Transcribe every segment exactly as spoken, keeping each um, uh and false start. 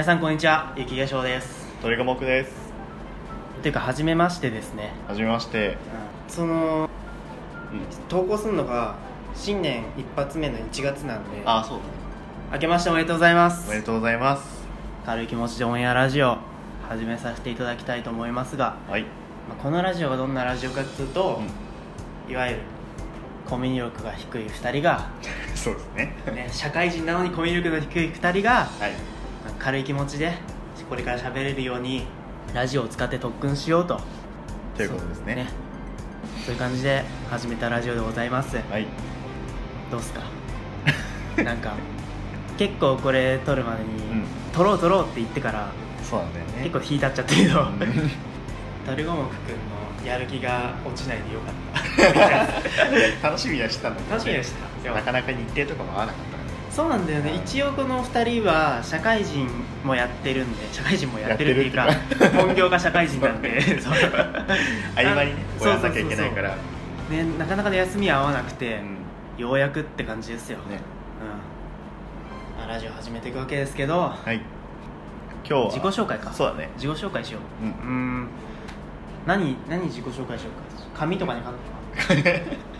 皆さんこんにちは、雪化粧です。 鳥が木です。 というか初めましてですね。 はじめまして、 うん、その、 うん、 投稿するのが新年一発目のいちがつなんで、 ああそうだね。 明けましておめでとうございます。 おめでとうございます。 軽い気持ちでオンエアラジオ始めさせていただきたいと思いますが、 はい、 まあ、このラジオがどんなラジオかというと、うん、いわゆるコミュ力が低いふたりがそうです ね, ね社会人なのにコミュ力の低いふたりが、はい、軽い気持ちでこれから喋れるようにラジオを使って特訓しようとということです ね, そうねそういう感じで始めたラジオでございます。 はい、 どうっすかなんか結構これ撮るまでに、うん、撮ろう撮ろうって言ってからそうなんだよね、 結構引いたっちゃったけど鳥五目くんのやる気が落ちないでよかった楽しみはしたんだけど、 楽しみはした。 なかなか日程とかも合わなかったからね。そうなんだよね。一応このふたりは社会人もやってるんで、社会人もやってるっていうか本業が社会人なんでそう合間にねこうやらなきゃいけないからね、 なかなかで休み合わなくて、うん、ようやくって感じですよ、ね。うん、ラジオ始めていくわけですけど、はい、 今日は自己紹介か。 そうだね、 自己紹介しよう。うん、うーん何何自己紹介しようか。紙とかに書くのか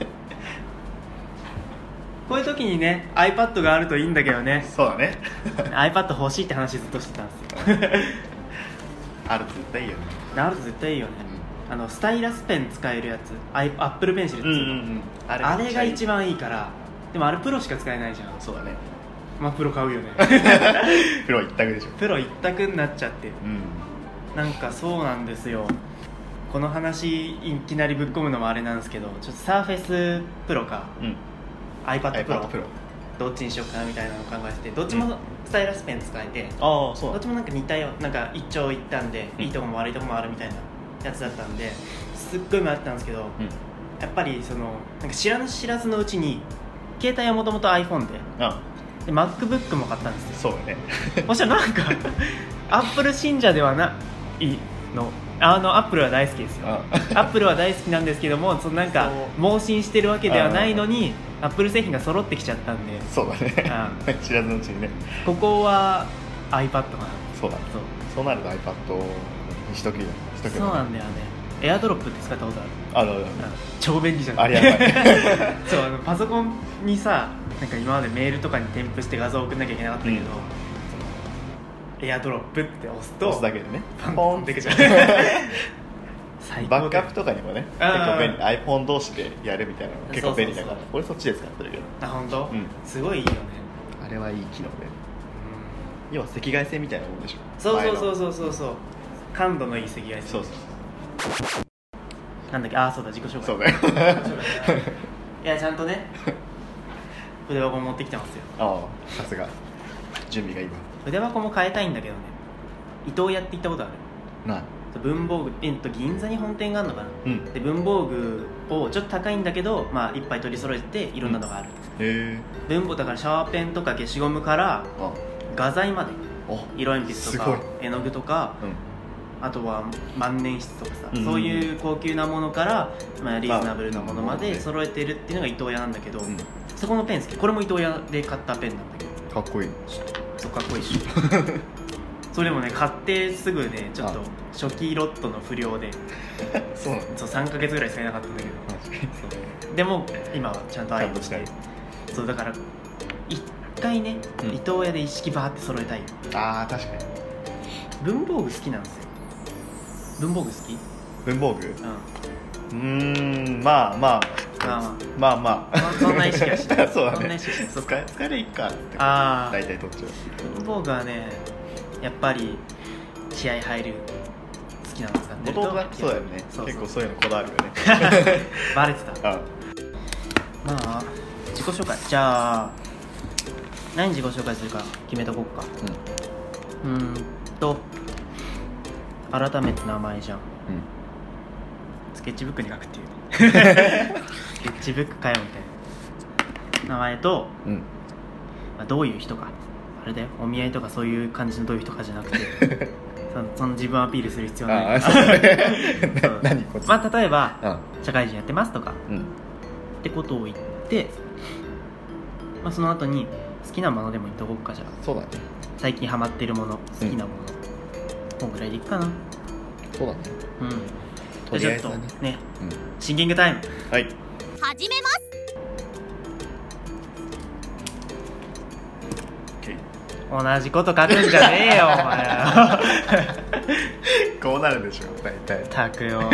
こういう時にね iPad があるといいんだけどね。 そうだね iPad 欲しいって話ずっとしてたんですよあると絶対いいよね。 あると絶対いいよね、うん、あのスタイラスペン使えるやつ、Apple Pencil っていうの、うんうんうん、あれ、あれが一番いいから。でもあれプロしか使えないじゃん。 そうだね。 まあプロ買うよねプロ一択でしょ。 プロ一択になっちゃって、うん、なんかそうなんですよ。この話いきなりぶっ込むのもあれなんですけど、ちょっとサーフェスプロか、うん、iPad プロ、iPad プロどっちにしようかなみたいなのを考えてて、どっちもスタイラスペン使えて、うん、あそうどっちもなんか似たようなんか一長一短で、うん、いいとこも悪いとこもあるみたいなやつだったんで、すっごい迷ったんですけど、うん、やっぱりそのなんか知らず知らずのうちに携帯はもともと iPhone で、あで MacBook も買ったんですよ。そうねそしたらなんかアップル信者ではないの。あのアップルは大好きですよ。アップルは大好きなんですけども、そのなんか盲信してるわけではないのにアップル製品が揃ってきちゃったんで。そうだねあ知らずのうちにね。ここは iPad かな。そうだ、そうそうなると iPad にしときだ。そうなんだよね。エアドロップって使ったことある？あるある。超便利じゃん。ありがたいそうあのパソコンにさ、なんか今までメールとかに添付して画像を送んなきゃいけなかったけど、うん、エアドロップって押すと押すだけでねポンってくじゃん最高。 バックアップとかにもね結構便利。 iPhone 同士でやるみたいなの結構便利だから、俺そっちで使ってるけど。 あ本当、うん、すごいいいよね。 あれはいい機能で、うん、要は赤外線みたいなもんでしょ。 そうそうそうそうそうそう、感度のいい赤外線。そうそうなんだっけ、あそうだ、自己紹介。そうだよいやちゃんとね筆箱持ってきてますよ。ああさすが準備がいいわ。 筆箱も変えたいんだけどね。伊東屋って行ったことある？ない。文房具、えっと銀座に本店があるのかな、うん、で文房具をちょっと高いんだけど、まあ、いっぱい取り揃えていろんなのがある、うん、へ文房だからシャーペンとか消しゴムから画材まで、色鉛筆とか絵の具とか、うん、あとは万年筆とかさ、うん、そういう高級なものから、まあ、リーズナブルなものまで揃えてるっていうのが伊東屋なんだけど、うん、そこのペン好き。これも伊東屋で買ったペンなんだけど。 かっこいい。 そうかっこいいしそれもね買ってすぐねちょっと初期ロットの不良でそうそうさんかげつぐらい使えなかったんだけどそうでも今はちゃんと愛用して、そうだから一回ね、うん、伊東屋で一式バーって揃えたい。 あー確かに。 文房具好きなんですよ。文房具好き？ 文房具、うん、うーんまあまあまあまあまあ、まあ、 そんな意識はしないそうだね。 そんな意識はしない。 使え使えるいいかってあ大体取っちゃう。 文房具はねやっぱり試合入る好きなの使ってると。 元々そうだよね。そうそう結構そういうのこだわるよねバレてた。あまあ自己紹介じゃあ何自己紹介するか決めとこうか。うん、うーんと改めて名前じゃん、うん、スケッチブックに書くっていうスケッチブックかよみたいな名前と、うんまあ、どういう人かあれだよ、お見合いとかそういう感じのどういう人かじゃなくてその、その自分アピールする必要ない。あそう何こっち、まあ、例えば、うん、社会人やってますとか、うん、ってことを言って、まあ、その後に好きなものでも言っとこうか。じゃあそうだね。 最近ハマってるもの、好きなもの、うん、こんぐらいでいくかな。 そうだね。 うん。 とりあえずだね。 ちょっとね、うん、シンキングタイム。 はい。 始めます。 同じこと書くんじゃねえよお前こうなるでしょ大体。 たくよ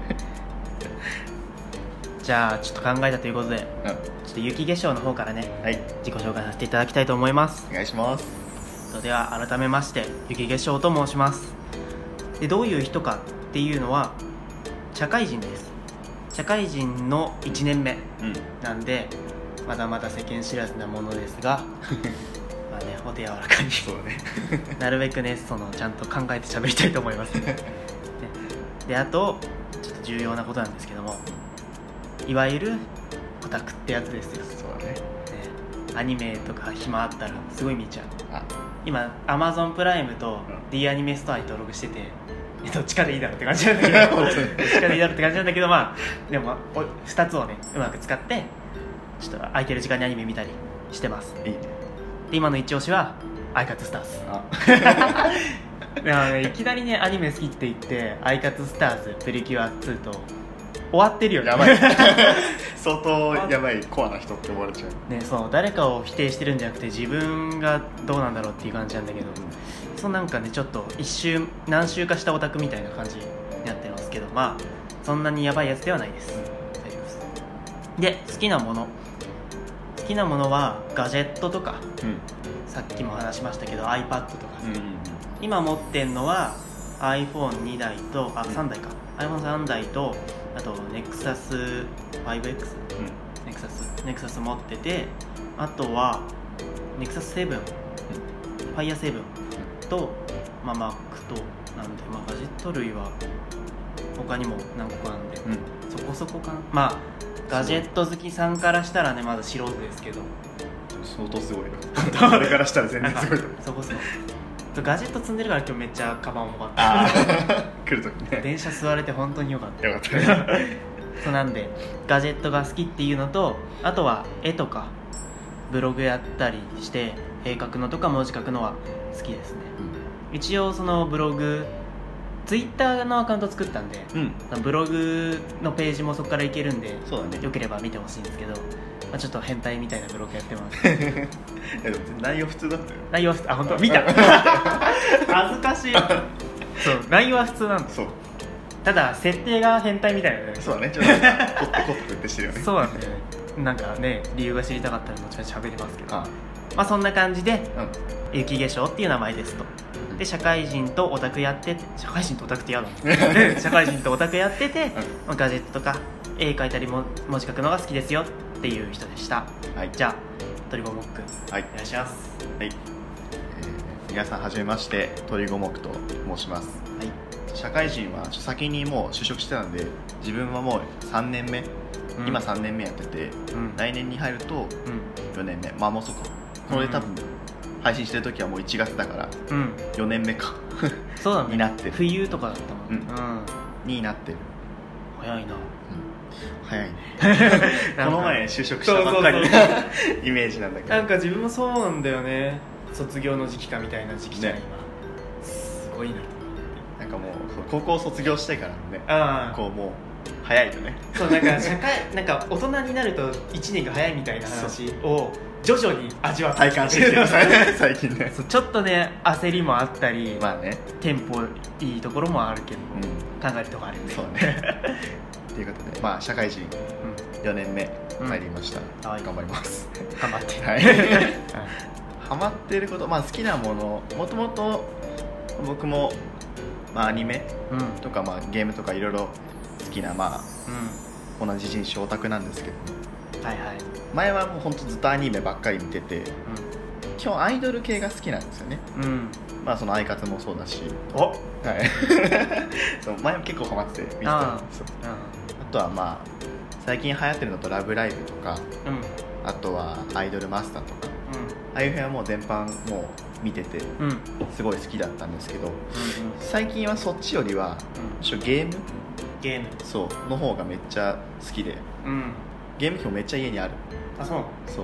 じゃあちょっと考えたということで、うん、ちょっと雪化粧の方からね、はい、自己紹介させていただきたいと思います。 お願いします。 では改めまして雪化粧と申します。でどういう人かっていうのは社会人です。社会人のいちねんめなんで、うん、まだまだ世間知らずなものですがまあね、お手柔らかにそう、ね、なるべくねそのちゃんと考えて喋りたいと思います、ね、であとちょっと重要なことなんですけども、いわゆるオタクってやつですよ。 そうだね。ね、 アニメとか暇あったらすごい見ちゃう。あ今 Amazon プライムと D アニメストアに登録してて、どっちかでいいだろうって感じなんだけどどっちかでいいだろうって感じなんだけど、まあでもふたつをねうまく使ってちょっと空いてる時間にアニメ見たりしてます。いいね。で今の一押しはアイカツスターズ。あいや、ね、いきなりねアニメ好きって言ってアイカツスターズプリキュアツーと終わってるよね。 やばい相当やばいコアな人って思われちゃう、 ね、そう誰かを否定してるんじゃなくて自分がどうなんだろうっていう感じなんだけど、うん、そうなんかねちょっと一周何周かしたオタクみたいな感じになってますけど、まあそんなにやばいやつではないです。大丈夫です。で好きなもの好きなものはガジェットとか、うん、さっきも話しましたけど iPad とか、うんうんうん、今持ってんのは アイフォンに 台とあさんだいか アイフォンさん 台とあと ネクサス ファイブエックス、うん、ネクサスネクサス持ってて、あとはネクサスセブン、うん、ファイヤーセブンと、まあ、Mac となんで、まあ、ガジェット類は他にも何個かなんで、うん、そこそこかな。まあガジェット好きさんからしたらねまだ素人ですけど相当すごいな誰からしたら全然すごいそこそこガジェット積んでるから今日めっちゃカバン重かった来るときね電車座れて本当によかったよかったそうなんでガジェットが好きっていうのと、あとは絵とかブログやったりして絵描くのとか文字書くのは好きですね、うん、一応そのブログツイッターのアカウント作ったんで、うん、ブログのページもそこからいけるんで、そうだね、よければ見てほしいんですけど、まあ、ちょっと変態みたいなブログやってますでも内容普通だったよ。 内容は普通、あ、本当見た恥ずかしいそう内容は普通なんだ。そうただ設定が変態みたいなね。 そうだね、ちょっとコップコップってしてるよねそうなんだよね。なんかね理由が知りたかったら後々喋りますけど、ああまあそんな感じで、うん、雪化粧っていう名前ですと。で社会人とオタクやってて、社会人とオタクって嫌だ社会人とオタクやってて、うん、ガジェットとか絵描いたりも文字書くのが好きですよっていう人でした、はい、じゃあ鳥五目くん、はい、お願いします。 はい、えー、皆さんはじめまして、鳥五目と申します、はい、社会人は先にもう就職してたんで自分はもうさんねんめ、うん、今さんねんめやってて、うん、来年に入るとよねんめ、まあもうそうかこれ多分、うん配信してる時はもういちがつだから、うん、よねんめかそうだね、 になってる。 冬とかだったもん、うんうん、になってる。 早いな、うん、 早いねこの前就職したばっかりなイメージなんだけど、 なんか自分もそうなんだよね。卒業の時期かみたいな時期じゃん、ね、今すごいな。 なんかもう高校卒業してからね、あこうもう早いよね。 そうなんか社会なんか大人になるといちねんが早いみたいな話を徐々に味わって体感してきてる最近ね。 ちょっとね焦りもあったり、 まあね、 テンポいいところもあるけど、うん、考えるところあるよね。 そうねということで、まあ社会人よねんめ入りました、うん、頑張ります。 頑張ってはいハマってること、まあ好きなもの、もともと僕もまあアニメとか、まあゲームとかいろいろ好きな、まあ、うん、同じ人種オタクなんですけど、はいはい、前はもう本当ずっとアニメばっかり見てて、うん、基本アイドル系が好きなんですよね、うん、まあそのアイカツもそうだし、お、はいそう前も結構ハマってて見てたんですよ。あ, あとはまあ最近流行ってるのとラブライブとか、うん、あとはアイドルマスターとか、うん、ああいう辺はもう全般もう見ててすごい好きだったんですけど、うんうん、最近はそっちよりは、うん、ゲームゲームそうの方がめっちゃ好きで、うん、ゲーム機もめっちゃ家にある。 あ、そうそう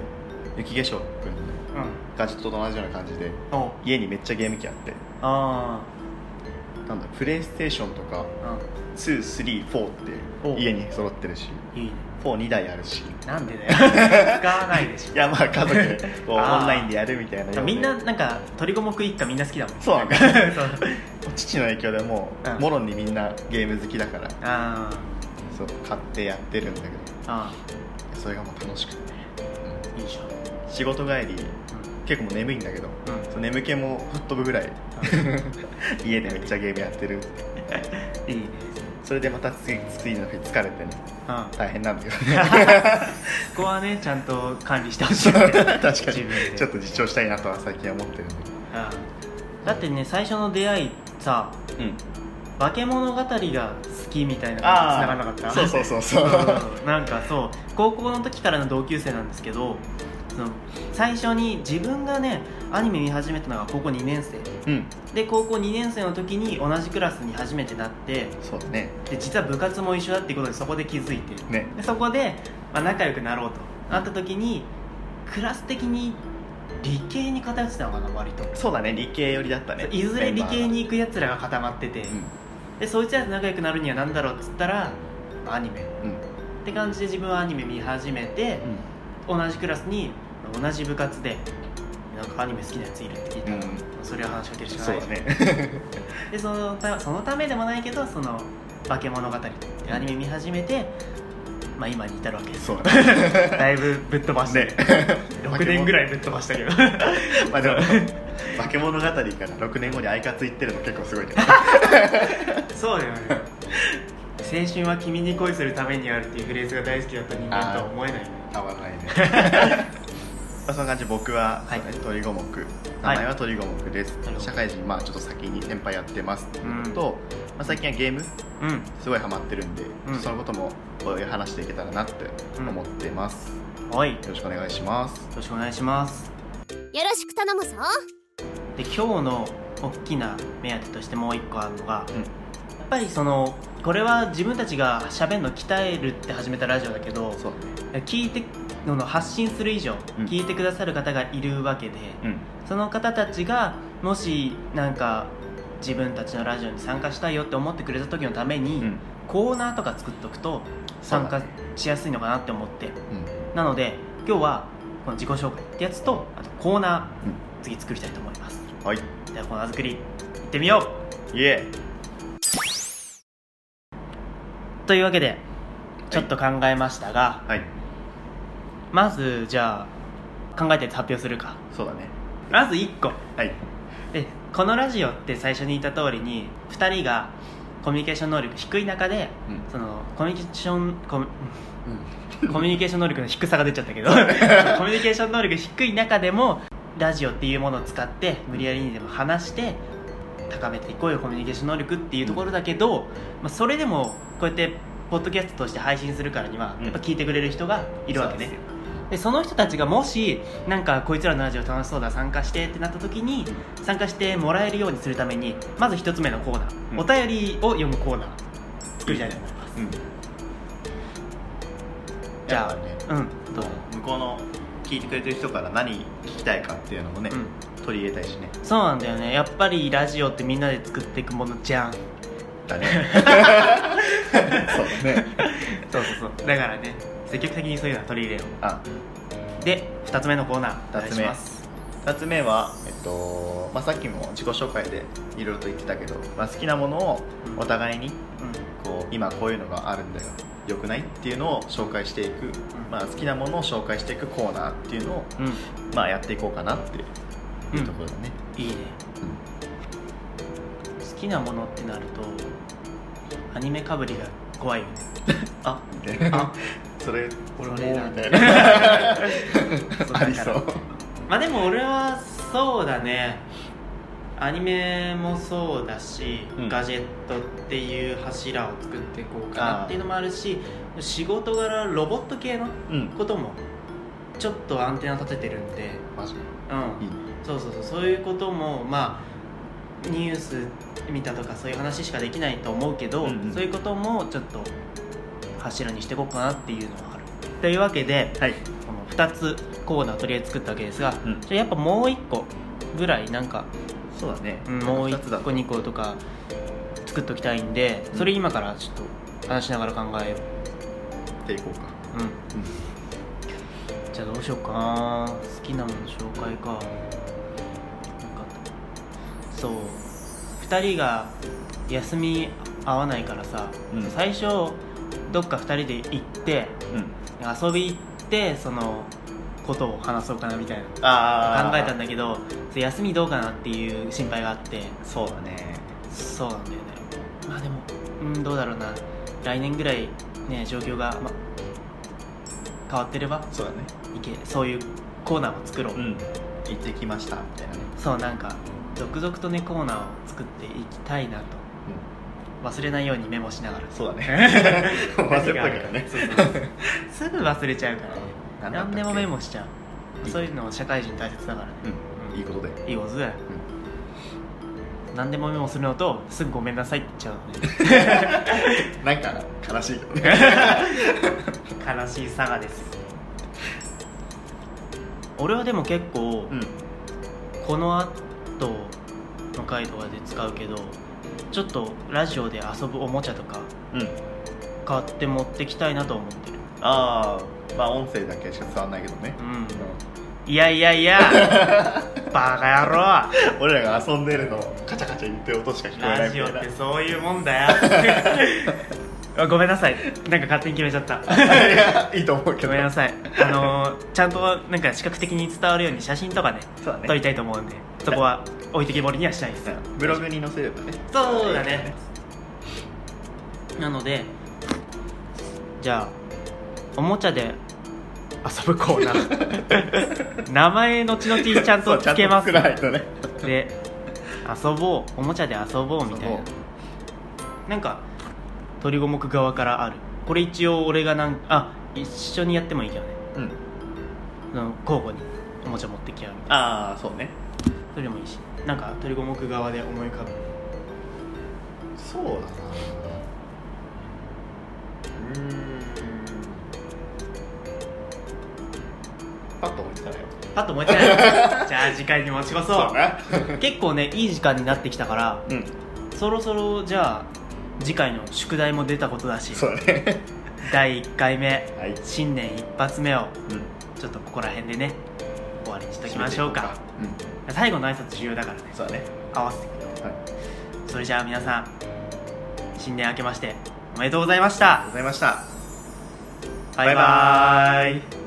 雪化粧君、うん、ガジェットと同じような感じで家にめっちゃゲーム機あって、 あなんだプレイステーションとか、うん、ツー、スリー、フォーって家に揃ってるし、 いいね、 フォーにだいあるし、 なんでだよ使わないでしょ。 いやまあ家族でこうオンラインでやるみたいな。 みんななんか鳥五目一家みんな好きだもん。 そうなんだ父の影響でもう、うん、もろにみんなゲーム好きだから、 あそう買ってやってるんだけど、 あそれがもう楽しくて、 うん、いいじゃん。 仕事帰り、うん、結構もう眠いんだけど、うん、その眠気も吹っ飛ぶぐらい、うん、家でめっちゃゲームやってるいいね。 それでまた次次の日疲れてね、うん、大変なんだけどねそこはねちゃんと管理してほしい確かにちょっと実証したいなとは最近は思ってるんで、 うん、だってね最初の出会いさ、うん、化け物語が好きみたいな感じでつながらなかった？ そうそうそうそうなんかそう高校の時からの同級生なんですけど、その最初に自分がねアニメ見始めたのが高校にねん生、うん、で高校にねん生の時に同じクラスに初めてなって、 そうだね、 で実は部活も一緒だっていうことでそこで気づいて、 ね、 でそこで、まあ、仲良くなろうとなった時にクラス的に理系に偏ってたのかな割と。 そうだね、理系寄りだったね。 いずれ理系に行くやつらが固まってて、うん、でそいつらと仲良くなるには何だろうっつったらアニメ、うん、って感じで自分はアニメ見始めて、うん、同じクラスに同じ部活でなんかアニメ好きなやついるって聞いたら、うん、それは話しかけるしかない。 そうだねで そ, のたそのためでもないけどその化け物語ってアニメ見始めて、まあ、今に至るわけです。 そうだねだいぶぶっ飛ばして、ね、ろくねんぐらいぶっ飛ばしたけどまあでも化け物語からろくねんごにアイカツ行ってるの結構すごいけどそうだよね青春は君に恋するためにあるっていうフレーズが大好きだった人間とは思えないね。 合わないねそんな感じ。僕は、はい、鳥五目、名前は鳥五目です、はい、社会人、まあ、ちょっと先に先輩やってますっていうのと、うんまあ、最近はゲーム、うん、すごいハマってるんで、うん、そのことも話していけたらなって思ってます、 うんはい、よろしくお願いします。 よろしくお願いします。 よろしく頼むぞ。 で今日の大きな目当てとしてもう一個あるのが、うん、やっぱりそのこれは自分たちが喋るの鍛えるって始めたラジオだけど、 そう、ね、 聞いてのの発信する以上、うん、聞いてくださる方がいるわけで、うん、その方たちがもしなんか自分たちのラジオに参加したいよって思ってくれた時のために、うん、コーナーとか作っておくと参加しやすいのかなって思って、うん、なので今日はこの自己紹介ってやつとあとコーナー、うん、次作りたいと思います。 はい、 ではコーナー作りいってみよう。 イエーというわけでちょっと考えましたが、 はい、 まずじゃあ考えたやつ発表するか。 そうだね。 まずいっこ、 はい、 でこのラジオって最初に言った通りにふたりがコミュニケーション能力低い中で、うん、そのコミュニケーションコミ、うん、コミュニケーション能力の低さが出ちゃったけどコミュニケーション能力低い中でもラジオっていうものを使って無理やりにでも話して高めていこうよコミュニケーション能力っていうところだけど、まあ、それでもこうやってポッドキャストとして配信するからにはやっぱ聞いてくれる人がいるわけね、うん、でその人たちがもしなんかこいつらのラジオ楽しそうだ参加してってなった時に参加してもらえるようにするためにまず一つ目のコーナー、うん、お便りを読むコーナー作りたいと思います、うん、じゃあ、ね、うんどう向こうの聞いてくれてる人から何聞きたいかっていうのもね、うん、取り入れたいしね。 そうなんだよね。やっぱりラジオってみんなで作っていくものじゃんだねそうだねそうそうそうだからね積極的にそういうのは取り入れよう。 あでふたつめのコーナーお願いします。 ふたつめは、えっとまあ、さっきも自己紹介でいろいろと言ってたけど、まあ、好きなものをお互いに、うん、こう今こういうのがあるんだよよくないっていうのを紹介していく、うんまあ、好きなものを紹介していくコーナーっていうのを、うんまあ、やっていこうかなっていうところだね、 うん、いいね、うん、好きなものってなるとアニメかぶりが怖いよねあみたいなあそれ俺もみたいなありそう。 まあでも俺はそうだねアニメもそうだし、うん、ガジェットっていう柱を作っていこうかなっていうのもあるし仕事柄ロボット系のこともちょっとアンテナ立ててるんで、 マジで、 うん、いいね、そうそうそうそういうこともまあニュース見たとかそういう話しかできないと思うけど、うんうん、そういうこともちょっと柱にしていこうかなっていうのはあるというわけで、はい、このふたつコーナーとりあえず作ったわけですが、 うん、 じゃあやっぱもういっこぐらいなんかそうだね、 うん、もういっこにことか作っときたいんで、それ今からちょっと話しながら考えようっていこうか。 うん、うん、じゃあどうしようかな。好きなもの紹介か。なんかそうふたりが休み合わないからさ、うん、最初どっかふたりで行って、うん、遊び行ってそのことを話そうかなみたいな考えたんだけど、休みどうかなっていう心配があって。 そうだね、 そうなんだよね。まあでもうんどうだろうな、来年ぐらいね状況が、ま、変わってればそうだね、 いけそういうコーナーを作ろう、うん、 行ってきましたみたいなね。 そうなんか続々とねコーナーを作っていきたいなと、うん、忘れないようにメモしながら。 そうだね忘れたからねそうそうすぐ忘れちゃうからね、何でもメモしちゃう。そういうの社会人大切だからね、 うん、いいことでいいことだよ、うん、何でもメモするのとすぐごめんなさいって言っちゃうのねなんか悲しいけどね悲しい佐賀です。俺はでも結構、うん、この後の回とかで使うけどちょっとラジオで遊ぶおもちゃとか、うん、買って持ってきたいなと思ってる。 ああ、まあ音声だけしか伝わんないけどね、うん、 いやいやいやバカ野郎俺らが遊んでるのカチャカチャ言ってる音しか聞こえないみたいな。 ラジオってそういうもんだよごめんなさい、なんか勝手に決めちゃったいやいいと思うけどごめんなさい。あのー、ちゃんとなんか視覚的に伝わるように写真とか ね, そうだね撮りたいと思うんで、そこは置いてけぼりにはしないです。 ブログに載せるとね。 そうだね。なのでじゃあおもちゃで遊ぶコーナー名前後々ちゃんとつけます、 ね、ねで遊ぼう、おもちゃで遊ぼうみたいな。なんか鳥五目側からある。これ一応俺がなんあ一緒にやってもいいけどね、うん、交互におもちゃ持ってき合うみたいな。 ああそうね、 それでもいいし、なんか鳥五目側で思い浮かぶ。 そうだな、うーんパッと思いつかないよ。 パッと思いつかないじゃあ次回に持ち越そう。そうな結構ねいい時間になってきたから、うん、そろそろじゃあ次回の宿題も出たことだし、 そうだねだいいっかいめ、 はい、 新年一発目を、うん、ちょっとここら辺でね終わりにしときましょうか。うん、最後の挨拶重要だからね。 そうだね、 合わせてくる、はい、それじゃあ皆さん新年明けましておめでとうございました。 ありがとうございました。 バイバーイ。